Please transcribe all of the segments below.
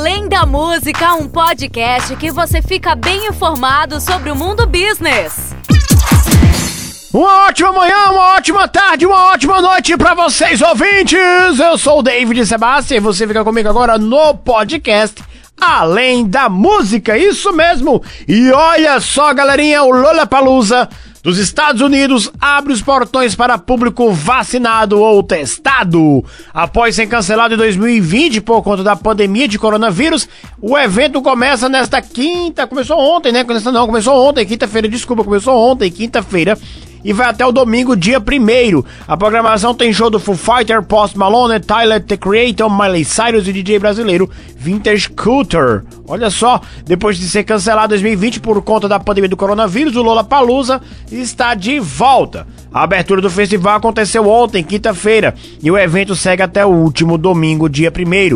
Além da Música, um podcast que você fica bem informado sobre o mundo business. Uma ótima manhã, uma ótima tarde, uma ótima noite pra vocês, ouvintes! Eu sou o David Sebastião e você fica comigo agora no podcast Além da Música, isso mesmo! E olha só, galerinha, o Lollapalooza dos Estados Unidos abre os portões para público vacinado ou testado. Após ser cancelado em 2020 por conta da pandemia de coronavírus, o evento começa nesta quinta, começou ontem, quinta-feira, e vai até o domingo, dia 1º. A programação tem show do Foo Fighter, Post Malone, Tyler, The Creator, Miley Cyrus e DJ brasileiro Vintage Culture. Olha só, depois de ser cancelado em 2020 por conta da pandemia do coronavírus, o Lollapalooza está de volta. A abertura do festival aconteceu ontem, quinta-feira, e o evento segue até o último domingo, dia 1º.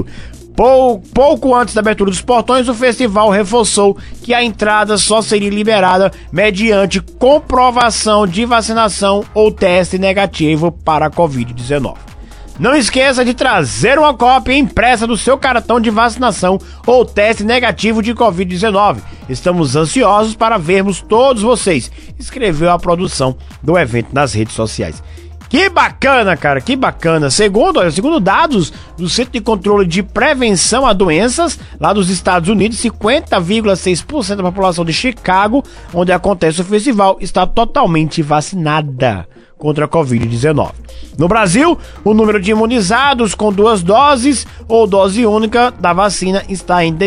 Pouco antes da abertura dos portões, o festival reforçou que a entrada só seria liberada mediante comprovação de vacinação ou teste negativo para a Covid-19. Não esqueça de trazer uma cópia impressa do seu cartão de vacinação ou teste negativo de Covid-19. Estamos ansiosos para vermos todos vocês, escreveu a produção do evento nas redes sociais. Que bacana, cara, que bacana. Segundo dados do Centro de Controle de Prevenção a Doenças, lá dos Estados Unidos, 50,6% da população de Chicago, onde acontece o festival, está totalmente vacinada contra a Covid-19. No Brasil, o número de imunizados com 2 doses ou dose única da vacina está em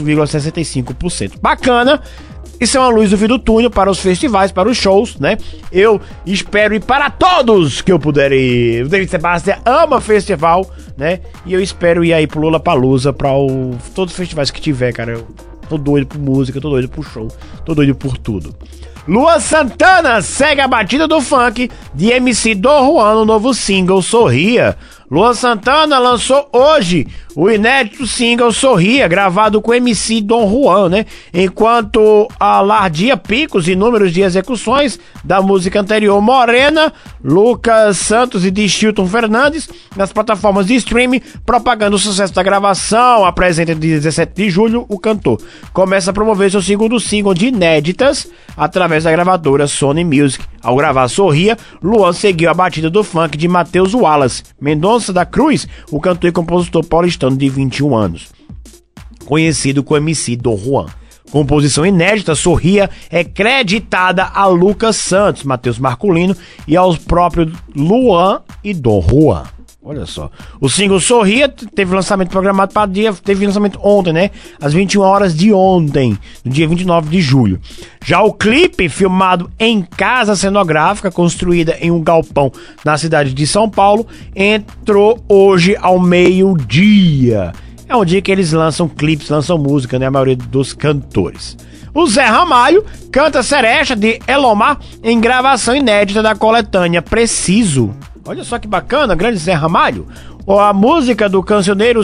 18,65%. Bacana! Isso é uma luz do fim do túnel para os festivais, para os shows, né? Eu espero ir para todos que eu puder ir. O David Sebastião ama festival, né? E eu espero ir aí pro Lollapalooza, para todos os festivais que tiver, cara. Eu tô doido por música, tô doido por show, tô doido por tudo. Luan Santana segue a batida do funk de MC Don Juan no novo single Sorria. Luan Santana lançou hoje o inédito single Sorria, gravado com MC Don Juan, né? Enquanto alardia picos e números de execuções da música anterior Morena, Lucas Santos e Distilton Fernandes nas plataformas de streaming, propagando o sucesso da gravação. Apresenta em 17 de julho o cantor. Começa a promover seu segundo single de inéditas através da gravadora Sony Music. Ao gravar Sorria, Luan seguiu a batida do funk de Matheus Wallace Mendonça da Cruz, o cantor e compositor paulistano de 21 anos, conhecido como MC Don Juan. Composição inédita, Sorria é creditada a Lucas Santos, Matheus Marculino e aos próprios Luan e Don Juan. Olha só. O single Sorria teve lançamento programado para teve lançamento ontem, né? Às 21 horas de ontem, no dia 29 de julho. Já o clipe, filmado em casa cenográfica, construída em um galpão na cidade de São Paulo, entrou hoje ao meio-dia. É um dia que eles lançam clipes, lançam música, né? A maioria dos cantores. O Zé Ramalho canta Seresta de Elomar em gravação inédita da coletânea Preciso. Olha só que bacana, grande Zé Ramalho. A música do cancioneiro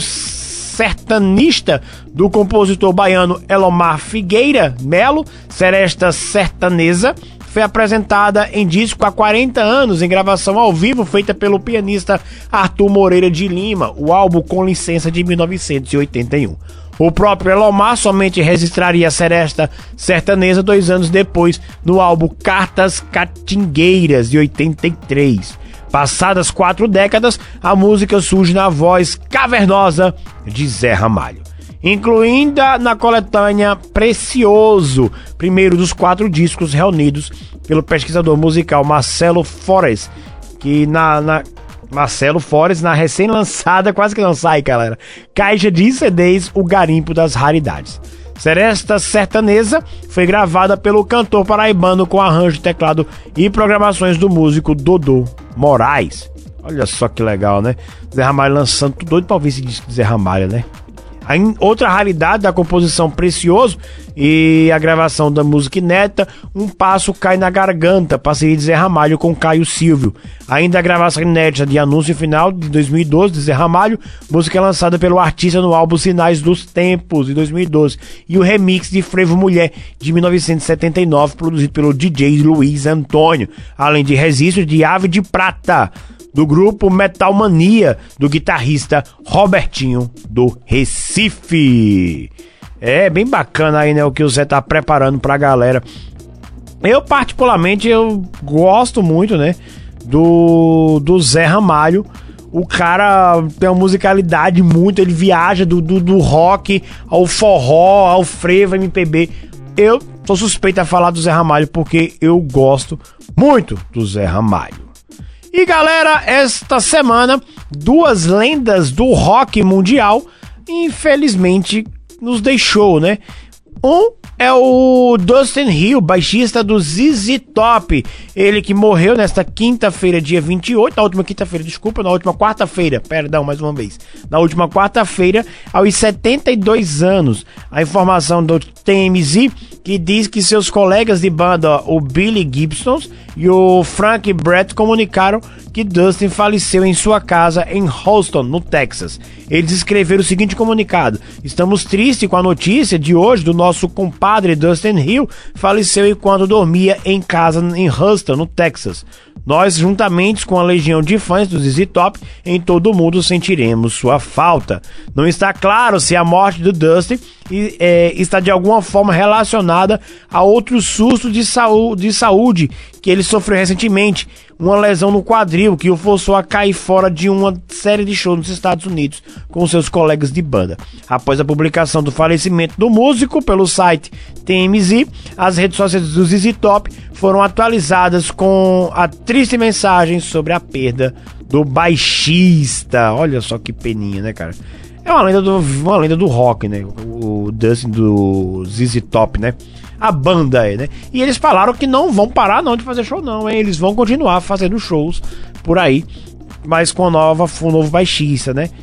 sertanista do compositor baiano Elomar Figueira Melo, Seresta Sertaneza, foi apresentada em disco há 40 anos, em gravação ao vivo feita pelo pianista Arthur Moreira de Lima, o álbum Com Licença de 1981. O próprio Elomar somente registraria a Seresta Sertaneza 2 anos depois, no álbum Cartas Catingueiras, de 83. Passadas 4 décadas, a música surge na voz cavernosa de Zé Ramalho, incluída na coletânea Precioso, primeiro dos 4 discos reunidos pelo pesquisador musical Marcelo Forest, que Marcelo Forest, na recém-lançada, quase que não sai, galera, caixa de CDs, O Garimpo das Raridades. Seresta Sertaneza foi gravada pelo cantor paraibano com arranjo de teclado e programações do músico Dodô Moraes. Olha só que legal, né? Zé Ramalho lançando, tudo doido pra ouvir esse disco de Zé Ramalho, né? Outra raridade da composição Precioso e a gravação da música inédita, Um Passo Cai na Garganta, parceria de Zé Ramalho com Caio Silvio. Ainda a gravação inédita de Anúncio Final de 2012 de Zé Ramalho, música lançada pelo artista no álbum Sinais dos Tempos de 2012, e o remix de Frevo Mulher de 1979, produzido pelo DJ Luiz Antônio, além de registros de Ave de Prata do grupo Metal Mania, do guitarrista Robertinho do Recife. É bem bacana aí, né, o que o Zé tá preparando pra galera. Eu particularmente, eu gosto muito, né, do Zé Ramalho. O cara tem uma musicalidade muito, ele viaja do rock ao forró, ao frevo, MPB. Eu sou suspeito a falar do Zé Ramalho porque eu gosto muito do Zé Ramalho. E galera, esta semana, duas lendas do rock mundial, infelizmente, nos deixou, né? Um é o Dustin Hill, baixista do ZZ Top. Ele que morreu nesta quinta-feira, dia 28, na última quinta-feira, desculpa, na última quarta-feira, perdão, mais uma vez. Na última quarta-feira, aos 72 anos. A informação do TMZ, que diz que seus colegas de banda, o Billy Gibson e o Frank Brett, comunicaram que Dustin faleceu em sua casa em Houston, no Texas. Eles escreveram o seguinte comunicado: estamos tristes com a notícia de hoje do nosso compadre Dustin Hill, faleceu enquanto dormia em casa em Houston, no Texas. Nós, juntamente com a legião de fãs do ZZ Top em todo o mundo, sentiremos sua falta. Não está claro se a morte do Dustin está de alguma forma relacionada a outro susto de saúde que ele sofreu recentemente, uma lesão no quadril que o forçou a cair fora de uma série de shows nos Estados Unidos com seus colegas de banda. Após a publicação do falecimento do músico pelo site TMZ, as redes sociais do ZZ Top foram atualizadas com a triste mensagem sobre a perda do baixista. Olha só que peninha, né, cara? É uma lenda do rock, né? O Dustin do ZZ Top, né? A banda é, né? E eles falaram que não vão parar não de fazer show não, hein? Eles vão continuar fazendo shows por aí, mas com um novo baixista, né?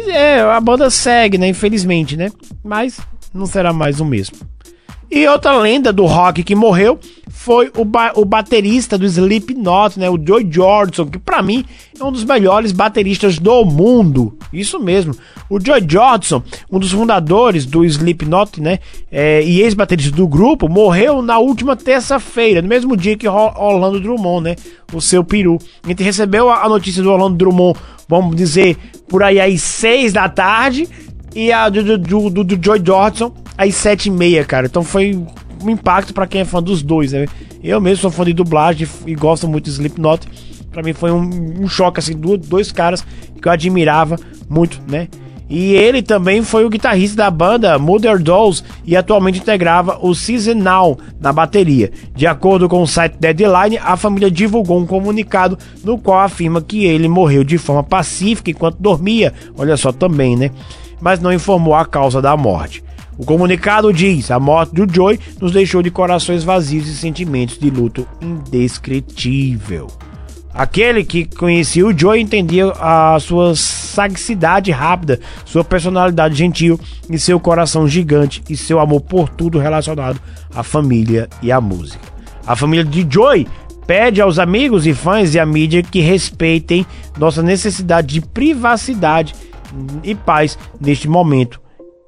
A banda segue, né? Infelizmente, né? Mas não será mais o mesmo. E outra lenda do rock que morreu foi o baterista do Slipknot, né, o Joey Jordison, que pra mim é um dos melhores bateristas do mundo. Isso mesmo. O Joey Jordison, um dos fundadores do Slipknot, né, e ex-baterista do grupo, morreu na última terça-feira, no mesmo dia que Orlando Drummond, né, o seu peru. A gente recebeu a notícia do Orlando Drummond, vamos dizer, por aí às 6 da tarde, e a do Joey Jordison às 7h30, cara. Então foi um impacto pra quem é fã dos dois, né? Eu mesmo sou fã de dublagem e gosto muito de Slipknot. Pra mim foi um choque, assim, dois caras que eu admirava muito, né? E ele também foi o guitarrista da banda Mother Dolls e atualmente integrava o Seasonal na bateria. De acordo com o site Deadline, a família divulgou um comunicado no qual afirma que ele morreu de forma pacífica enquanto dormia. Olha só também, né? Mas não informou a causa da morte. O comunicado diz: a morte do Joey nos deixou de corações vazios e sentimentos de luto indescritível. Aquele que conhecia o Joey entendia a sua sagacidade rápida, sua personalidade gentil e seu coração gigante e seu amor por tudo relacionado à família e à música. A família de Joey pede aos amigos e fãs e à mídia que respeitem nossa necessidade de privacidade e paz neste momento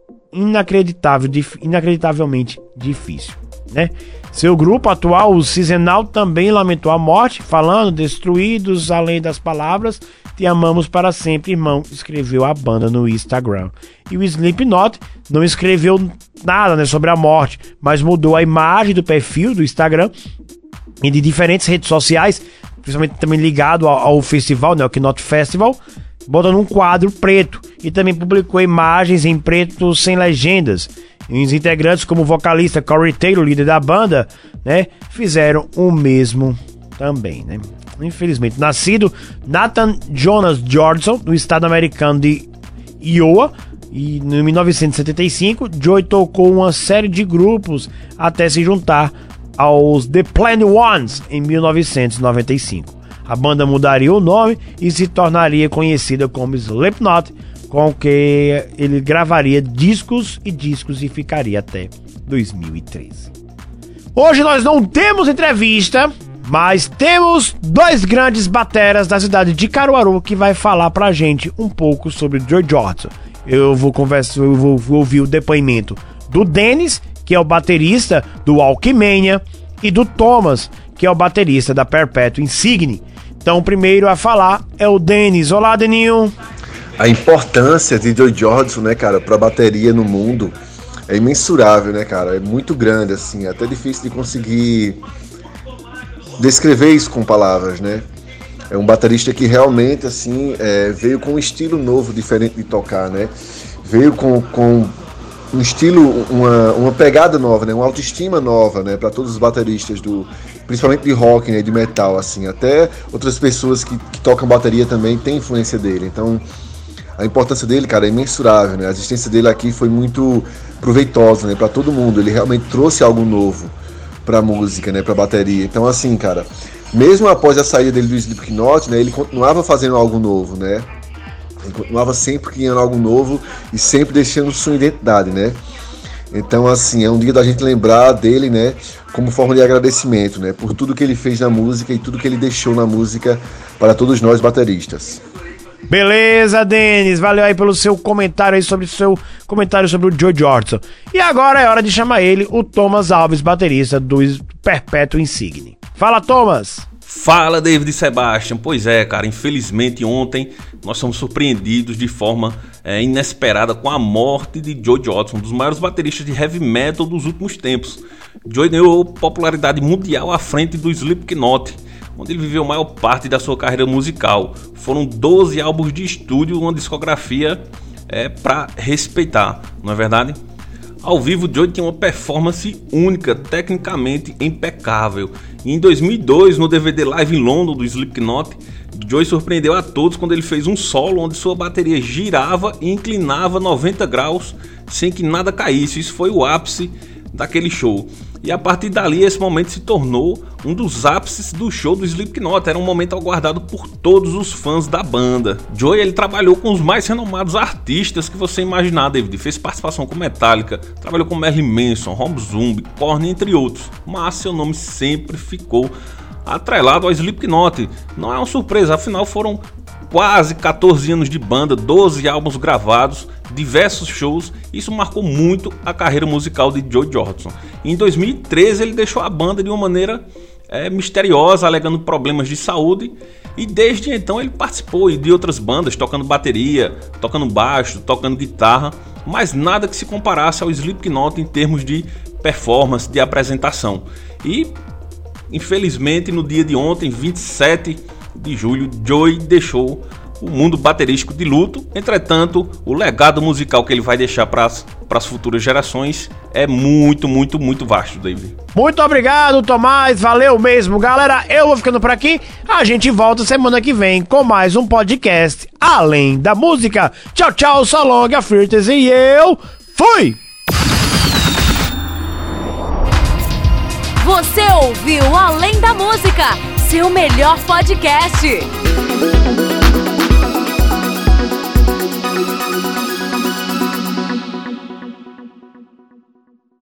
inacreditavelmente difícil, né? Seu grupo atual, o Seasonal, também lamentou a morte, falando: destruídos além das palavras, te amamos para sempre, irmão, escreveu a banda no Instagram. E o Slipknot não escreveu nada, né, sobre a morte, mas mudou a imagem do perfil do Instagram e de diferentes redes sociais, principalmente também ligado ao festival, né, o Knot Festival, botando um quadro preto, e também publicou imagens em preto sem legendas. E os integrantes, como o vocalista Corey Taylor, líder da banda, né, fizeram o mesmo também, né? Infelizmente, nascido Nathan Jonas Jordison, do estado americano de Iowa, e em 1975, Joey tocou uma série de grupos até se juntar aos The Plain Ones em 1995. A banda mudaria o nome e se tornaria conhecida como Slipknot, com que ele gravaria discos e ficaria até 2013. Hoje nós não temos entrevista, mas temos dois grandes bateras da cidade de Caruaru que vai falar pra gente um pouco sobre o Joey Jordison. Eu vou ouvir o depoimento do Dennis, que é o baterista do Alckmania, e do Thomas, que é o baterista da Perpetuum Insigne. Então o primeiro a falar é o Denis. Olá, Deninho. A importância de Joy Jordison, né, cara, pra bateria no mundo é imensurável, né, cara? É muito grande, assim, é até difícil de conseguir descrever isso com palavras, né? É um baterista que realmente, assim, veio com um estilo novo, diferente de tocar, né? Veio com um estilo, uma pegada nova, né? Uma autoestima nova, né? Para todos os bateristas, principalmente de rock, né? De metal, assim. Até outras pessoas que tocam bateria também têm influência dele. Então, a importância dele, cara, é imensurável, né? A existência dele aqui foi muito proveitosa, né? Para todo mundo. Ele realmente trouxe algo novo pra música, né? Pra bateria. Então, assim, cara, mesmo após a saída dele do Slipknot, né? Ele continuava fazendo algo novo, né? Ele continuava sempre criando algo novo e sempre deixando sua identidade, né? Então, assim, é um dia da gente lembrar dele, né? Como forma de agradecimento, né? Por tudo que ele fez na música e tudo que ele deixou na música para todos nós bateristas. Beleza, Denis. Valeu aí pelo seu comentário aí sobre o Joy Jordison. E agora é hora de chamar ele, o Thomas Alves, baterista do Perpetuum Insigne. Fala, Thomas! Fala, David e Sebastian. Pois é, cara, infelizmente ontem nós fomos surpreendidos de forma inesperada com a morte de Joy Jordison, um dos maiores bateristas de heavy metal dos últimos tempos. Joy ganhou popularidade mundial à frente do Slipknot, onde ele viveu a maior parte da sua carreira musical. Foram 12 álbuns de estúdio, uma discografia para respeitar, não é verdade? Ao vivo, Joy tinha uma performance única, tecnicamente impecável. E em 2002, no DVD Live in London do Slipknot, Joy surpreendeu a todos quando ele fez um solo onde sua bateria girava e inclinava 90 graus sem que nada caísse. Isso foi o ápice daquele show. E a partir dali, esse momento se tornou um dos ápices do show do Slipknot. Era um momento aguardado por todos os fãs da banda. Joy, ele trabalhou com os mais renomados artistas que você imaginar, David. Fez participação com Metallica, trabalhou com Marilyn Manson, Rob Zombie, Korn, entre outros. Mas seu nome sempre ficou atrelado ao Slipknot. Não é uma surpresa, afinal foram quase 14 anos de banda, 12 álbuns gravados, diversos shows. Isso marcou muito a carreira musical de Joy Jordison. Em 2013 ele deixou a banda de uma maneira misteriosa, alegando problemas de saúde, e desde então ele participou de outras bandas, tocando bateria, tocando baixo, tocando guitarra, mas nada que se comparasse ao Slipknot em termos de performance, de apresentação. E infelizmente no dia de ontem, 27 de julho, Joy deixou o mundo baterístico de luto. Entretanto, o legado musical que ele vai deixar para as futuras gerações é muito, muito, muito vasto, David. Muito obrigado, Tomás. Valeu mesmo, galera. Eu vou ficando por aqui. A gente volta semana que vem com mais um podcast Além da Música. Tchau, tchau, so long, a Firtes, e eu fui! Você ouviu Além da Música, seu melhor podcast.